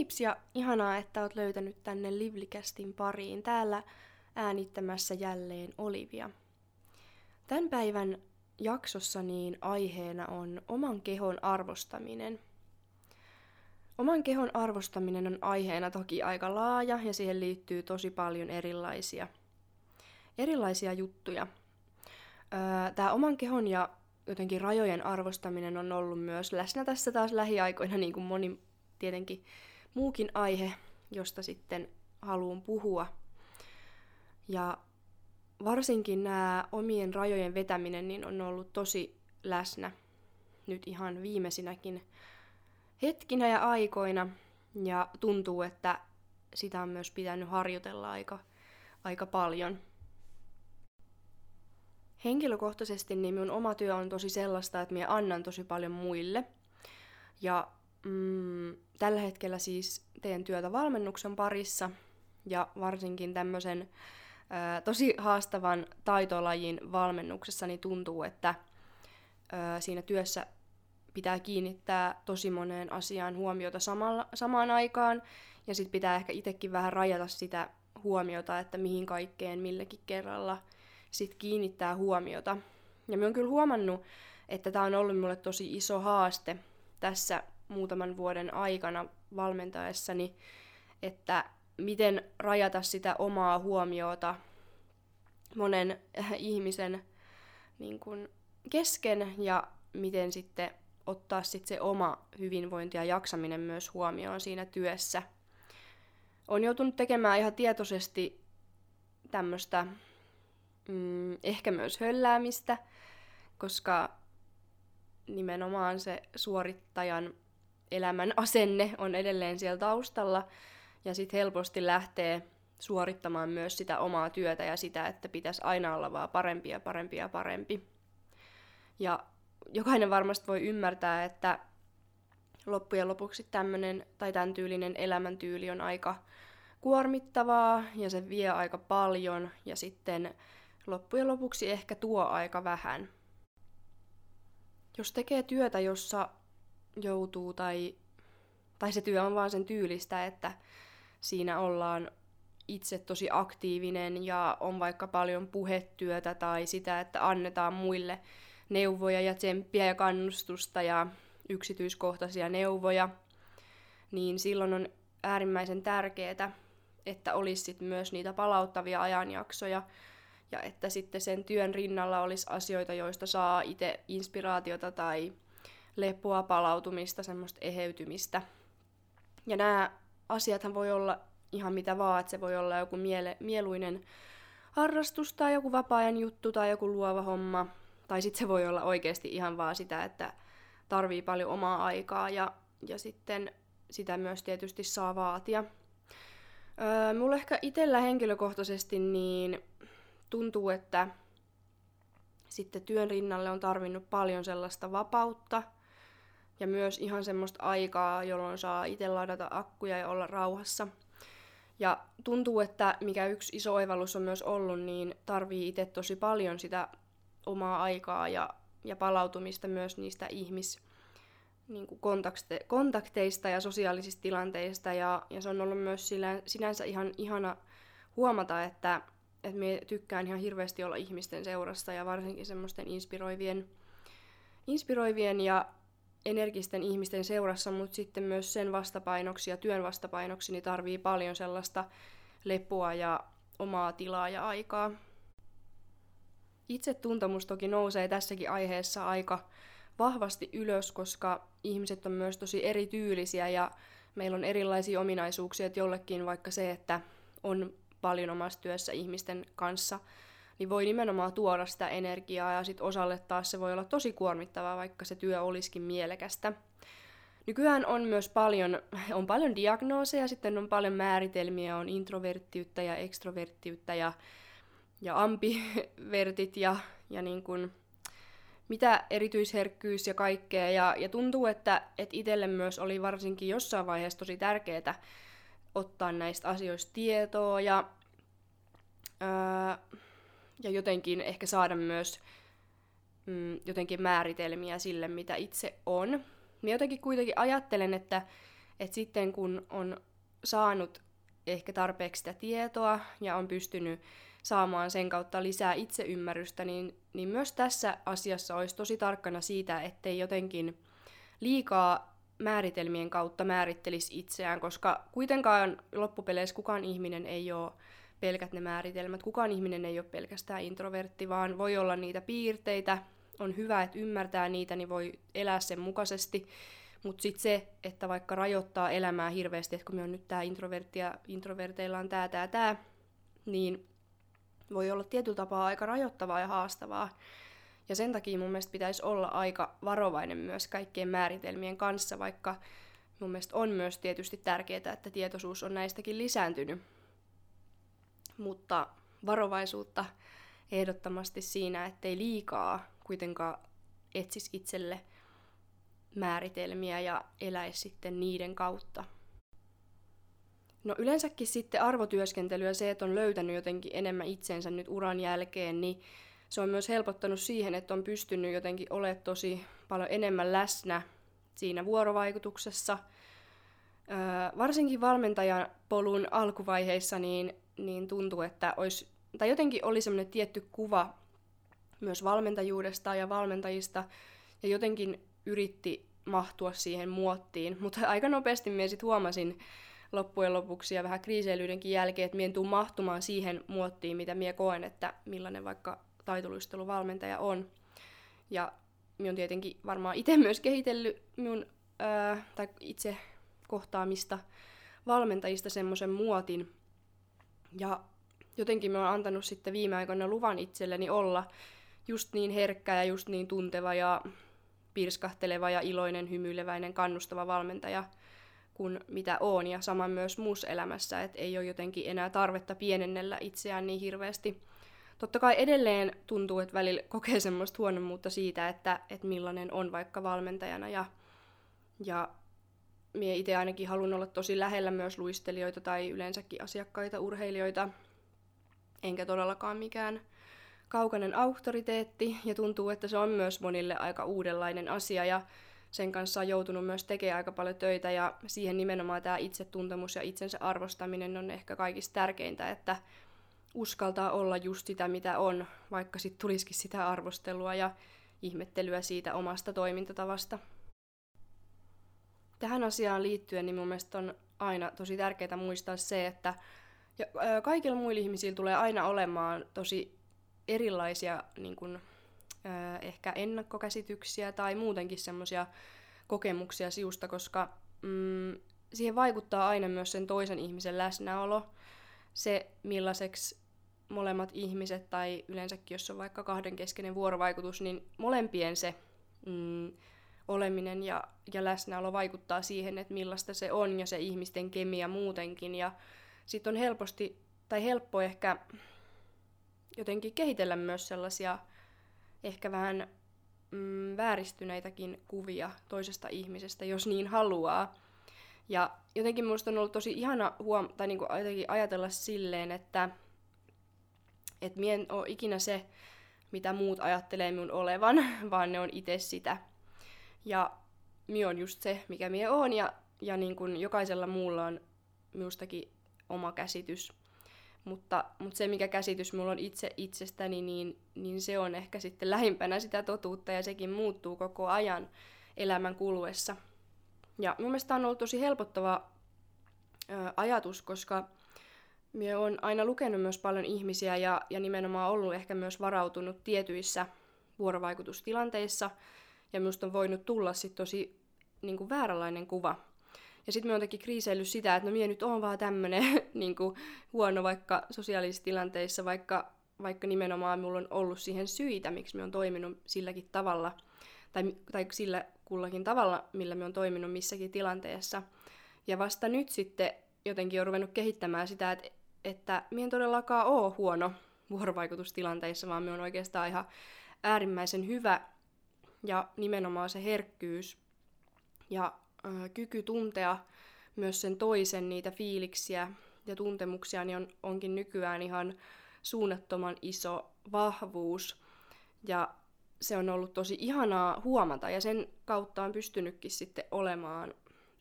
Heips ja ihanaa, että oot löytänyt tänne Livlikästin pariin. Täällä äänittämässä jälleen Olivia. Tämän päivän jaksossa niin aiheena on oman kehon arvostaminen. Oman kehon arvostaminen on aiheena toki aika laaja ja siihen liittyy tosi paljon erilaisia juttuja. Tämä oman kehon ja jotenkin rajojen arvostaminen on ollut myös läsnä tässä taas lähiaikoina, niin kuin moni tietenkin muukin aihe, josta sitten haluan puhua. Ja varsinkin nämä omien rajojen vetäminen niin on ollut tosi läsnä nyt ihan viimeisinäkin hetkinä ja aikoina. Ja tuntuu, että sitä on myös pitänyt harjoitella aika paljon. Henkilökohtaisesti niin minun oma työ on tosi sellaista, että minä annan tosi paljon muille. Ja tällä hetkellä siis teen työtä valmennuksen parissa ja varsinkin tämmöisen tosi haastavan taitolajin valmennuksessa niin tuntuu, että siinä työssä pitää kiinnittää tosi moneen asiaan huomiota samaan aikaan ja sitten pitää ehkä itsekin vähän rajata sitä huomiota, että mihin kaikkeen milläkin kerralla sit kiinnittää huomiota. Ja minä olen kyllä huomannut, että tämä on ollut minulle tosi iso haaste tässä muutaman vuoden aikana valmentaessani, että miten rajata sitä omaa huomiota monen ihmisen niin kuin kesken ja miten sitten ottaa sitten se oma hyvinvointi ja jaksaminen myös huomioon siinä työssä. Olen joutunut tekemään ihan tietoisesti tämmöistä ehkä myös hölläämistä, koska nimenomaan se suorittajan elämän asenne on edelleen siellä taustalla ja sitten helposti lähtee suorittamaan myös sitä omaa työtä ja sitä, että pitäisi aina olla vaan parempi ja parempi ja parempi. Ja jokainen varmasti voi ymmärtää, että loppujen lopuksi tämmöinen tai tämän tyylinen elämäntyyli on aika kuormittavaa ja se vie aika paljon ja sitten loppujen lopuksi ehkä tuo aika vähän. Jos tekee työtä, jossa joutuu tai se työ on vaan sen tyylistä, että siinä ollaan itse tosi aktiivinen ja on vaikka paljon puhetyötä tai sitä, että annetaan muille neuvoja ja tsemppiä ja kannustusta ja yksityiskohtaisia neuvoja, niin silloin on äärimmäisen tärkeää, että olisi sit myös niitä palauttavia ajanjaksoja ja että sitten sen työn rinnalla olisi asioita, joista saa itse inspiraatiota tai lepoa, palautumista, semmoista eheytymistä. Ja nämä asiathan voi olla ihan mitä vaan, että se voi olla joku mieluinen harrastus tai joku vapaa-ajan juttu tai joku luova homma. Tai sitten se voi olla oikeasti ihan vaan sitä, että tarvii paljon omaa aikaa ja sitten sitä myös tietysti saa vaatia. Mulla ehkä itsellä henkilökohtaisesti niin tuntuu, että sitten työn rinnalle on tarvinnut paljon sellaista vapautta ja myös ihan semmoista aikaa, jolloin saa itse ladata akkuja ja olla rauhassa. Ja tuntuu, että mikä yksi iso oivallus on myös ollut, niin tarvii itse tosi paljon sitä omaa aikaa ja palautumista myös niistä niin kuin kontakteista ja sosiaalisista tilanteista. Ja se on ollut myös sinänsä ihan ihana huomata, että me tykkään ihan hirveästi olla ihmisten seurassa ja varsinkin semmoisten inspiroivien ja energisten ihmisten seurassa, mutta sitten myös sen vastapainoksi ja työn vastapainoksi niin tarvii paljon sellaista lepoa ja omaa tilaa ja aikaa. Itsetuntemus toki nousee tässäkin aiheessa aika vahvasti ylös, koska ihmiset on myös tosi erityylisiä ja meillä on erilaisia ominaisuuksia, että jollekin vaikka se, että on paljon omassa työssä ihmisten kanssa, niin voi nimenomaan tuoda sitä energiaa ja sitten osalle taas se voi olla tosi kuormittavaa, vaikka se työ olisikin mielekästä. Nykyään on myös paljon diagnooseja, sitten on paljon määritelmiä, on introverttiyttä ja ekstroverttiyttä ja ambivertit ja niin kuin mitä erityisherkkyys ja kaikkea. Ja tuntuu, että itselle myös oli varsinkin jossain vaiheessa tosi tärkeää ottaa näistä asioista tietoa ja jotenkin ehkä saada myös jotenkin määritelmiä sille, mitä itse on. Minä jotenkin kuitenkin ajattelen, että Et sitten kun on saanut ehkä tarpeeksi sitä tietoa ja on pystynyt saamaan sen kautta lisää itseymmärrystä, niin myös tässä asiassa olisi tosi tarkkana siitä, ettei jotenkin liikaa määritelmien kautta määrittelisi itseään, koska kuitenkaan loppupeleissä kukaan ihminen ei ole pelkät ne määritelmät, kukaan ihminen ei ole pelkästään introvertti, vaan voi olla niitä piirteitä, on hyvä, että ymmärtää niitä, niin voi elää sen mukaisesti, mutta sitten se, että vaikka rajoittaa elämää hirveästi, että kun me on nyt tämä introvertti ja introverteilla on tämä, niin voi olla tietyllä tapaa aika rajoittavaa ja haastavaa. Ja sen takia mun mielestä pitäisi olla aika varovainen myös kaikkien määritelmien kanssa, vaikka mun mielestä on myös tietysti tärkeää, että tietoisuus on näistäkin lisääntynyt. Mutta varovaisuutta ehdottomasti siinä, ettei liikaa kuitenkaan etsisi itselle määritelmiä ja eläisi sitten niiden kautta. No yleensäkin sitten arvotyöskentely ja se, että on löytänyt jotenkin enemmän itsensä nyt uran jälkeen, niin se on myös helpottanut siihen, että on pystynyt jotenkin olemaan tosi paljon enemmän läsnä siinä vuorovaikutuksessa. Varsinkin valmentajan polun alkuvaiheissa niin tuntuu, että jotenkin oli semmoinen tietty kuva myös valmentajuudesta ja valmentajista, ja jotenkin yritti mahtua siihen muottiin, mutta aika nopeasti minä sitten huomasin loppujen lopuksi ja vähän kriiseilyydenkin jälkeen, että minä en tule mahtumaan siihen muottiin, mitä minä koen, että millainen vaikka taitoluisteluvalmentaja on. Ja minä olen tietenkin varmaan itse myös kehitellyt tai itse kohtaamista valmentajista semmoisen muotin. Ja jotenkin minä olen antanut sitten viime aikoina luvan itselleni olla just niin herkkä ja just niin tunteva ja pirskahteleva ja iloinen, hymyileväinen, kannustava valmentaja kuin mitä oon. Ja sama myös muussa elämässä, että ei ole jotenkin enää tarvetta pienennellä itseään niin hirveästi. Totta kai edelleen tuntuu, että välillä kokee semmoista huonommuutta siitä, että millainen on vaikka valmentajana. Ja minä itse ainakin haluan olla tosi lähellä myös luistelijoita tai yleensäkin asiakkaita, urheilijoita. Enkä todellakaan mikään kaukainen auktoriteetti. Ja tuntuu, että se on myös monille aika uudenlainen asia. Ja sen kanssa on joutunut myös tekemään aika paljon töitä. Ja siihen nimenomaan tämä itsetuntemus ja itsensä arvostaminen on ehkä kaikista tärkeintä, että uskaltaa olla just sitä, mitä on, vaikka sitten tulisikin sitä arvostelua ja ihmettelyä siitä omasta toimintatavasta. Tähän asiaan liittyen niin mun mielestä on aina tosi tärkeää muistaa se, että kaikilla muilla ihmisillä tulee aina olemaan tosi erilaisia niin kun, ehkä ennakkokäsityksiä tai muutenkin semmoisia kokemuksia siusta, koska siihen vaikuttaa aina myös sen toisen ihmisen läsnäolo, se millaiseksi molemmat ihmiset tai yleensäkin jos on vaikka kahdenkeskeinen vuorovaikutus, niin molempien se oleminen ja läsnäolo vaikuttaa siihen, että millaista se on ja se ihmisten kemia muutenkin. Ja sitten on helppo ehkä jotenkin kehitellä myös sellaisia ehkä vähän vääristyneitäkin kuvia toisesta ihmisestä, jos niin haluaa. Ja jotenkin minusta on ollut tosi ihana niinku jotenkin ajatella silleen, että minä en ole ikinä se, mitä muut ajattelee minun olevan, vaan ne on itse sitä. Ja minä on just se, mikä minä olen, ja niin kuin jokaisella muulla on minustakin oma käsitys. Mutta se, mikä käsitys minulla on itsestäni, niin se on ehkä sitten lähimpänä sitä totuutta, ja sekin muuttuu koko ajan elämän kuluessa. Ja minun mielestä on ollut tosi helpottava ajatus, koska minä olen aina lukenut myös paljon ihmisiä ja nimenomaan ollut ehkä myös varautunut tietyissä vuorovaikutustilanteissa, ja minusta on voinut tulla sitten tosi niin kuin vääränlainen kuva. Ja sitten minä olen jotenkin kriiseillyt sitä, että no minä nyt olen vaan tämmöinen niin kuin huono vaikka sosiaalisissa tilanteissa, vaikka nimenomaan minulla on ollut siihen syitä, miksi minä olen toiminut silläkin tavalla, tai sillä kullakin tavalla, millä minä olen toiminut missäkin tilanteessa. Ja vasta nyt sitten jotenkin olen ruvennut kehittämään sitä, että minä en todellakaan ole huono vuorovaikutustilanteissa, vaan minä olen oikeastaan ihan äärimmäisen hyvä. Ja nimenomaan se herkkyys ja kyky tuntea myös sen toisen niitä fiiliksiä ja tuntemuksia niin onkin nykyään ihan suunnattoman iso vahvuus. Ja se on ollut tosi ihanaa huomata ja sen kautta on pystynytkin sitten olemaan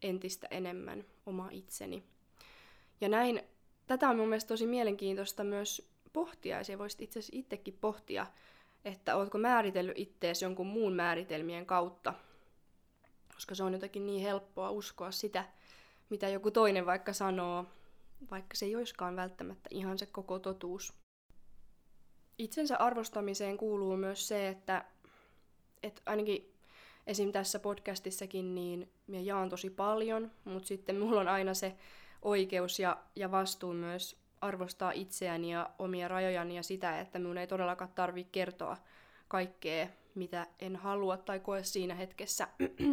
entistä enemmän oma itseni. Ja näin, tätä on mun mielestä tosi mielenkiintoista myös pohtia, ja se voisit itse asiassa itsekin pohtia, että ootko määritellyt ittees jonkun muun määritelmien kautta, koska se on jotenkin niin helppoa uskoa sitä, mitä joku toinen vaikka sanoo, vaikka se ei olisikaan välttämättä ihan se koko totuus. Itsensä arvostamiseen kuuluu myös se, että ainakin esim. Tässä podcastissakin niin minä jaan tosi paljon, mutta sitten mulla on aina se oikeus ja vastuu myös arvostaa itseäni ja omia rajojani ja sitä, että minun ei todellakaan tarvitse kertoa kaikkea, mitä en halua tai koe siinä hetkessä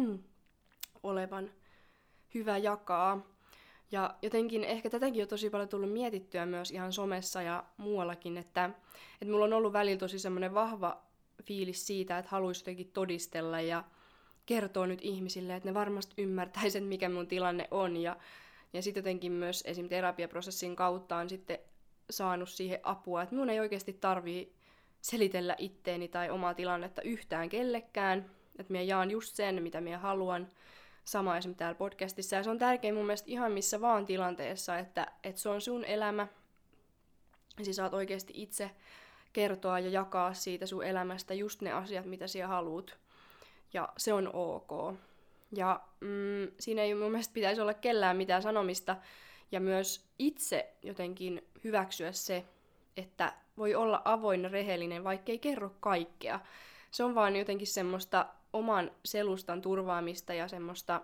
olevan hyvä jakaa. Ja jotenkin ehkä tätäkin on tosi paljon tullut mietittyä myös ihan somessa ja muuallakin, että mulla on ollut välillä tosi semmoinen vahva fiilis siitä, että haluaisi jotenkin todistella ja kertoa nyt ihmisille, että ne varmasti ymmärtäisivät, mikä mun tilanne on. Ja sitten jotenkin myös esim. Terapiaprosessin kautta on sitten saanut siihen apua, että minun ei oikeasti tarvii selitellä itteeni tai omaa tilannetta yhtään kellekään. Että minä jaan just sen, mitä minä haluan. Sama esimerkiksi täällä podcastissa. Ja se on tärkein mun mielestä ihan missä vaan tilanteessa, että se on sun elämä. Siis saat oikeasti itse kertoa ja jakaa siitä sun elämästä just ne asiat, mitä sinä haluat. Ja se on ok. Ja siinä ei mun mielestä pitäisi olla kellään mitään sanomista. Ja myös itse jotenkin hyväksyä se, että voi olla avoin ja rehellinen, vaikka ei kerro kaikkea. Se on vaan jotenkin semmoista oman selustan turvaamista ja semmoista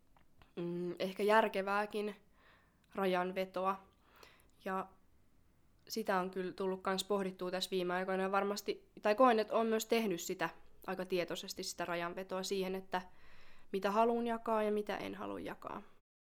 ehkä järkevääkin rajanvetoa. Ja sitä on kyllä tullut myös pohdittua tässä viime aikoina ja varmasti, tai koen, että olen myös tehnyt sitä aika tietoisesti sitä rajanvetoa siihen, että mitä haluan jakaa ja mitä en halua jakaa.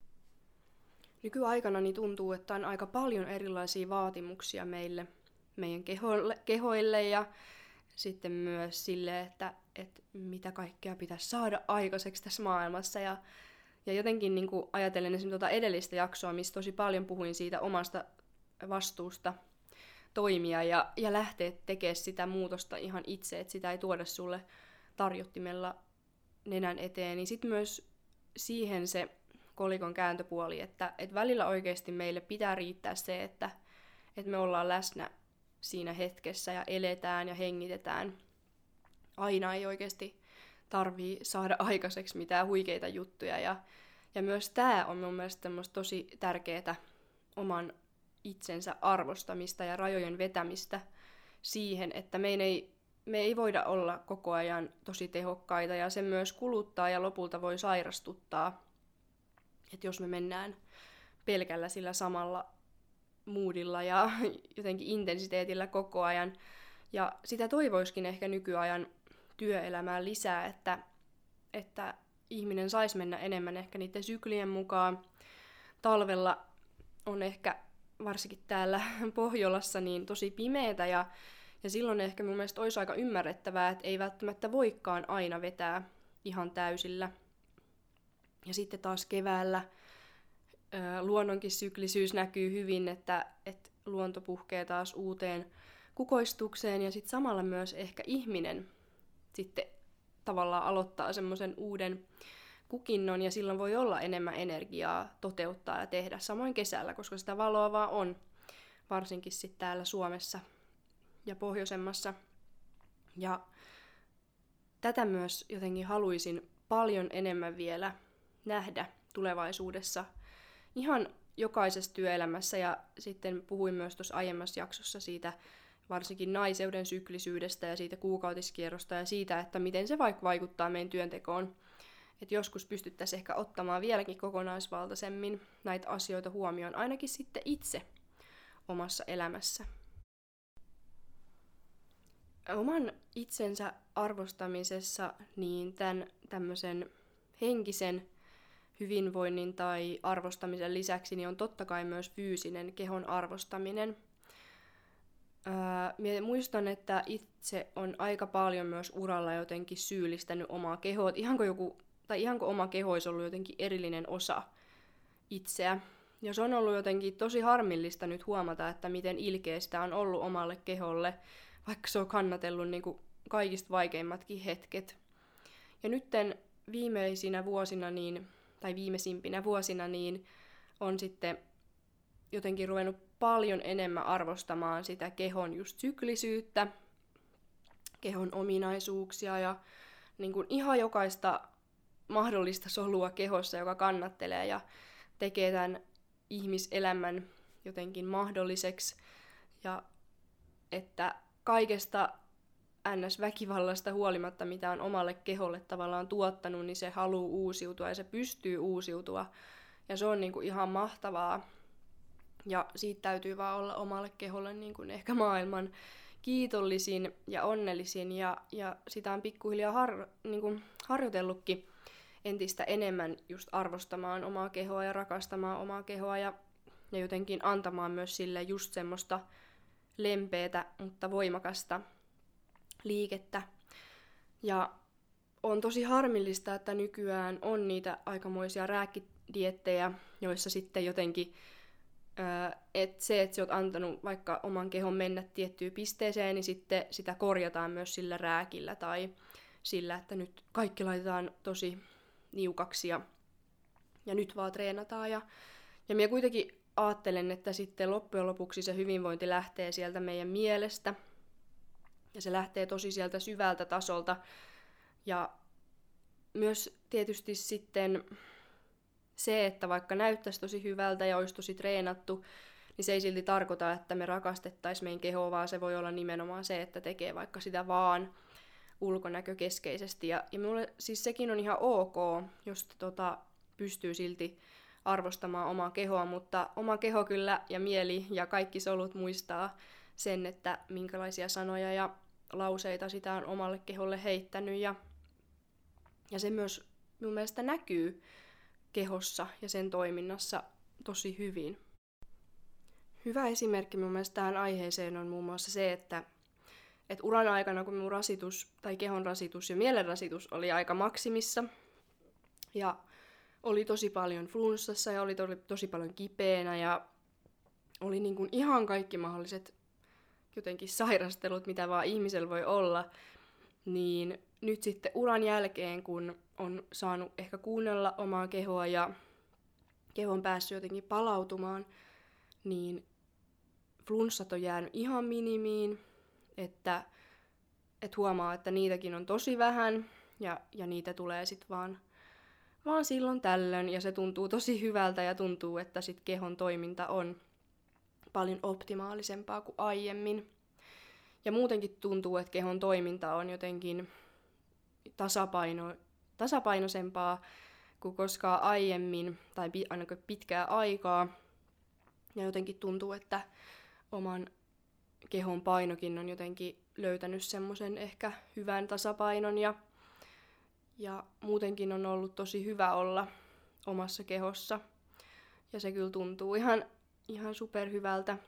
Nykyaikana niin tuntuu, että on aika paljon erilaisia vaatimuksia meidän kehoille ja sitten myös sille, että mitä kaikkea pitäisi saada aikaiseksi tässä maailmassa. Ja jotenkin niin kuin ajatellen esimerkiksi edellistä jaksoa, missä tosi paljon puhuin siitä omasta vastuusta toimia ja lähteä tekemään sitä muutosta ihan itse, että sitä ei tuoda sulle tarjottimella nenän eteen, niin sitten myös siihen se kolikon kääntöpuoli, että välillä oikeasti meille pitää riittää se, että me ollaan läsnä siinä hetkessä ja eletään ja hengitetään. Aina ei oikeasti tarvii saada aikaiseksi mitään huikeita juttuja. Ja myös tämä on mun mielestä tosi tärkeää oman itsensä arvostamista ja rajojen vetämistä siihen, että me ei voida olla koko ajan tosi tehokkaita ja se myös kuluttaa ja lopulta voi sairastuttaa, että jos me mennään pelkällä sillä samalla moodilla ja jotenkin intensiteetillä koko ajan. Ja sitä toivoisikin ehkä nykyajan työelämään lisää, että ihminen saisi mennä enemmän ehkä niiden syklien mukaan. Talvella on ehkä varsinkin täällä Pohjolassa niin tosi pimeätä ja silloin ehkä mun mielestä olisi aika ymmärrettävää, että ei välttämättä voikaan aina vetää ihan täysillä. Ja sitten taas keväällä luonnonkin syklisyys näkyy hyvin, että luonto puhkee taas uuteen kukoistukseen ja sitten samalla myös ehkä ihminen sitten tavallaan aloittaa semmoisen uuden kukinnon ja silloin voi olla enemmän energiaa toteuttaa ja tehdä samoin kesällä, koska sitä valoa vaan on, varsinkin sitten täällä Suomessa ja pohjoisemmassa. Ja tätä myös jotenkin haluaisin paljon enemmän vielä nähdä tulevaisuudessa ihan jokaisessa työelämässä ja sitten puhuin myös tuossa aiemmassa jaksossa siitä varsinkin naiseuden syklisyydestä ja siitä kuukautiskierrosta ja siitä, että miten se vaikuttaa meidän työntekoon. Että joskus pystyttäisiin ehkä ottamaan vieläkin kokonaisvaltaisemmin näitä asioita huomioon, ainakin sitten itse omassa elämässä. Oman itsensä arvostamisessa niin tämän tämmöisen henkisen hyvinvoinnin tai arvostamisen lisäksi niin on totta kai myös fyysinen kehon arvostaminen. Minä muistan, että itse on aika paljon myös uralla jotenkin syyllistänyt omaa kehoa. Ihanko oma keho olisi ollut jotenkin erillinen osa itseä. Ja se on ollut jotenkin tosi harmillista nyt huomata, että miten ilkeä sitä on ollut omalle keholle, vaikka se on kannatellut niin kuin kaikista vaikeimmatkin hetket. Ja nytten viimeisinä vuosina niin tai viimeisimpinä vuosina, niin on sitten jotenkin ruvennut paljon enemmän arvostamaan sitä kehon just syklisyyttä, kehon ominaisuuksia ja niin kuin ihan jokaista mahdollista solua kehossa, joka kannattelee ja tekee tämän ihmiselämän jotenkin mahdolliseksi. Ja että kaikesta NS-väkivallasta huolimatta, mitä on omalle keholle tavallaan tuottanut, niin se haluaa uusiutua ja se pystyy uusiutua. Ja se on niin kuin ihan mahtavaa. Ja siitä täytyy vaan olla omalle keholle niin kuin ehkä maailman kiitollisin ja onnellisin. Ja sitä on pikkuhiljaa niin kuin harjoitellutkin entistä enemmän just arvostamaan omaa kehoa ja rakastamaan omaa kehoa ja jotenkin antamaan myös sille just semmoista lempeätä, mutta voimakasta liikettä. Ja on tosi harmillista, että nykyään on niitä aikamoisia rääkkidiettejä, joissa sitten jotenkin, että sä oot antanut vaikka oman kehon mennä tiettyyn pisteeseen, niin sitten sitä korjataan myös sillä rääkillä tai sillä, että nyt kaikki laitetaan tosi niukaksi ja nyt vaan treenataan. Ja minä kuitenkin ajattelen, että sitten loppujen lopuksi se hyvinvointi lähtee sieltä meidän mielestä. Ja se lähtee tosi sieltä syvältä tasolta. Ja myös tietysti sitten se, että vaikka näyttäisi tosi hyvältä ja olisi tosi treenattu, niin se ei silti tarkoita, että me rakastettaisiin meidän kehoa, vaan se voi olla nimenomaan se, että tekee vaikka sitä vaan ulkonäkökeskeisesti. Ja minulle siis sekin on ihan ok, jos pystyy silti arvostamaan omaa kehoa, mutta oma keho kyllä ja mieli ja kaikki solut muistaa sen, että minkälaisia sanoja ja lauseita sitä on omalle keholle heittänyt. Ja se myös minun mielestä näkyy kehossa ja sen toiminnassa tosi hyvin. Hyvä esimerkki minun mielestä tähän aiheeseen on muun muassa se, että uran aikana, kun minun rasitus tai kehon rasitus ja mielen rasitus oli aika maksimissa ja oli tosi paljon flunssassa ja oli tosi paljon kipeänä ja oli niin kuin ihan kaikki mahdolliset jotenkin sairastelut, mitä vaan ihmisellä voi olla, niin nyt sitten uran jälkeen, kun on saanut ehkä kuunnella omaa kehoa ja keho on päässyt jotenkin palautumaan, niin flunssat on jäänyt ihan minimiin, että huomaa, että niitäkin on tosi vähän ja niitä tulee sitten vaan silloin tällöin ja se tuntuu tosi hyvältä ja tuntuu, että sit kehon toiminta on paljon optimaalisempaa kuin aiemmin. Ja muutenkin tuntuu, että kehon toiminta on jotenkin tasapainoisempaa kuin koskaan aiemmin tai ainakin pitkää aikaa. Ja jotenkin tuntuu, että oman kehon painokin on jotenkin löytänyt semmoisen ehkä hyvän tasapainon ja muutenkin on ollut tosi hyvä olla omassa kehossa. Ja se kyllä tuntuu ihan superhyvältä.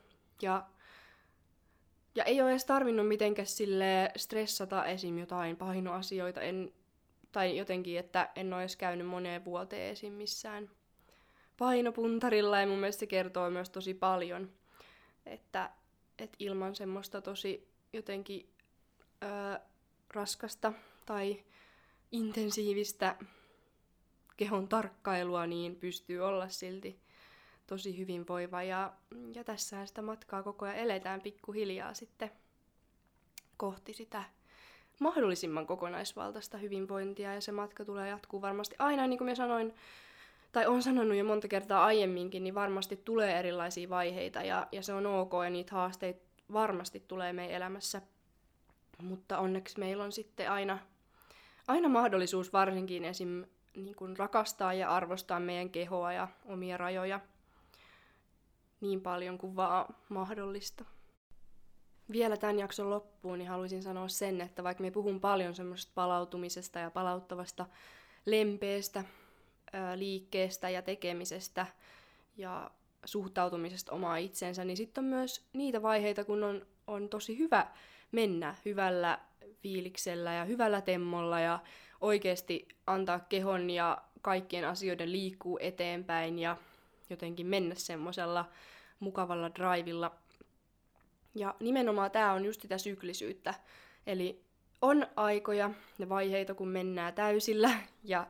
Ja ei ole edes tarvinnut mitenkään stressata esim. Jotain painoasioita. Tai jotenkin, että en ole edes käynyt moneen vuoteen esim. Missään painopuntarilla. Ja mun mielestä se kertoo myös tosi paljon, että ilman semmoista tosi jotenkin raskasta tai intensiivistä kehon tarkkailua, niin pystyy olla silti tosi hyvinvoiva. Ja tässähän sitä matkaa koko ajan eletään pikkuhiljaa sitten kohti sitä mahdollisimman kokonaisvaltaista hyvinvointia. Ja se matka tulee jatkuu varmasti aina, niin kuin minä sanoin, tai olen sanonut jo monta kertaa aiemminkin, niin varmasti tulee erilaisia vaiheita ja se on ok ja niitä haasteita varmasti tulee meidän elämässä. Mutta onneksi meillä on sitten aina mahdollisuus varsinkin esim. Niin kuin rakastaa ja arvostaa meidän kehoa ja omia rajoja niin paljon kuin vaan mahdollista. Vielä tämän jakson loppuun niin haluaisin sanoa sen, että vaikka me puhun paljon semmoisesta palautumisesta ja palauttavasta lempeästä liikkeestä ja tekemisestä ja suhtautumisesta omaa itsensä, niin sitten on myös niitä vaiheita, kun on tosi hyvä mennä hyvällä fiiliksellä ja hyvällä temmolla ja oikeasti antaa kehon ja kaikkien asioiden liikkuu eteenpäin ja jotenkin mennä semmoisella mukavalla drivilla. Ja nimenomaan tämä on just sitä syklisyyttä. Eli on aikoja ja vaiheita, kun mennään täysillä ja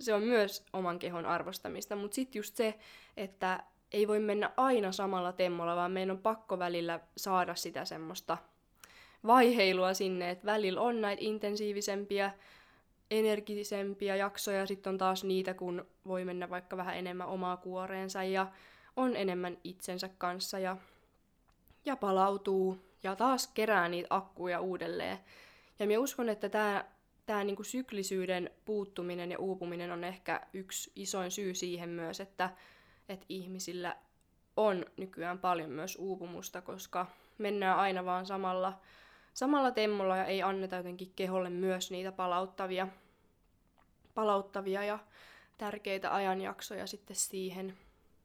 se on myös oman kehon arvostamista, mutta sitten just se, että ei voi mennä aina samalla temmolla, vaan meidän on pakko välillä saada sitä semmoista vaiheilua sinne, että välillä on näitä intensiivisempiä, energisempia jaksoja, sitten on taas niitä, kun voi mennä vaikka vähän enemmän omaa kuoreensa ja on enemmän itsensä kanssa ja palautuu ja taas kerää niitä akkuja uudelleen. Ja minä uskon, että tämä niinku syklisyyden puuttuminen ja uupuminen on ehkä yksi isoin syy siihen myös, että ihmisillä on nykyään paljon myös uupumusta, koska mennään aina vaan samalla temmolla ja ei anneta jotenkin keholle myös niitä palauttavia ja tärkeitä ajanjaksoja sitten siihen.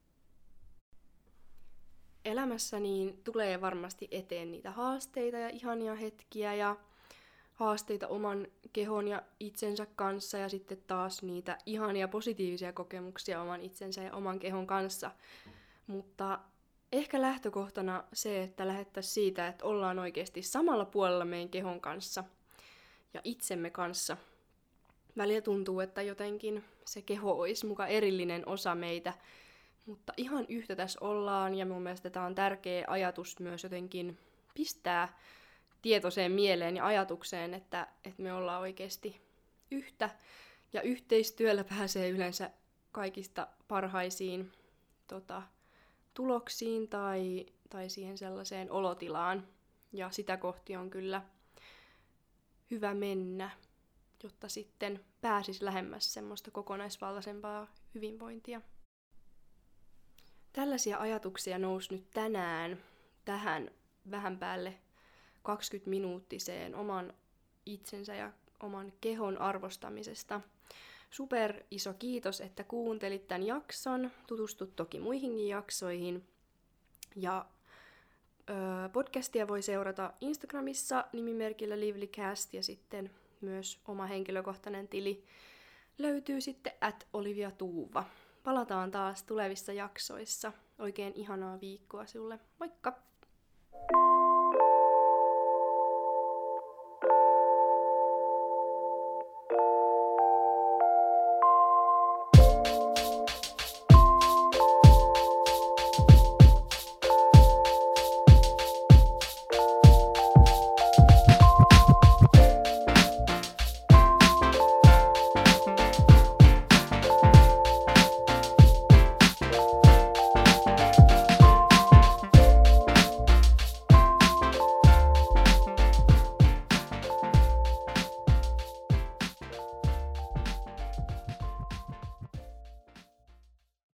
Elämässä niin tulee varmasti eteen niitä haasteita ja ihania hetkiä ja haasteita oman kehon ja itsensä kanssa ja sitten taas niitä ihania positiivisia kokemuksia oman itsensä ja oman kehon kanssa. Mutta ehkä lähtökohtana se, että lähdettäisiin siitä, että ollaan oikeasti samalla puolella meidän kehon kanssa ja itsemme kanssa. Välillä tuntuu, että jotenkin se keho olisi muka erillinen osa meitä, mutta ihan yhtä tässä ollaan ja mun mielestä tämä on tärkeä ajatus myös jotenkin pistää tietoiseen mieleen ja ajatukseen, että me ollaan oikeasti yhtä ja yhteistyöllä pääsee yleensä kaikista parhaisiin tuloksiin tai siihen sellaiseen olotilaan ja sitä kohti on kyllä hyvä mennä, jotta sitten pääsisi lähemmäs semmoista kokonaisvaltaisempaa hyvinvointia. Tällaisia ajatuksia nousi nyt tänään tähän vähän päälle 20-minuuttiseen oman itsensä ja oman kehon arvostamisesta. Super iso kiitos, että kuuntelit tämän jakson. Tutustut toki muihinkin jaksoihin. Ja podcastia voi seurata Instagramissa nimimerkillä LivelyCast ja sitten myös oma henkilökohtainen tili löytyy sitten @oliviatuuva. Palataan taas tulevissa jaksoissa. Oikein ihanaa viikkoa sinulle. Moikka!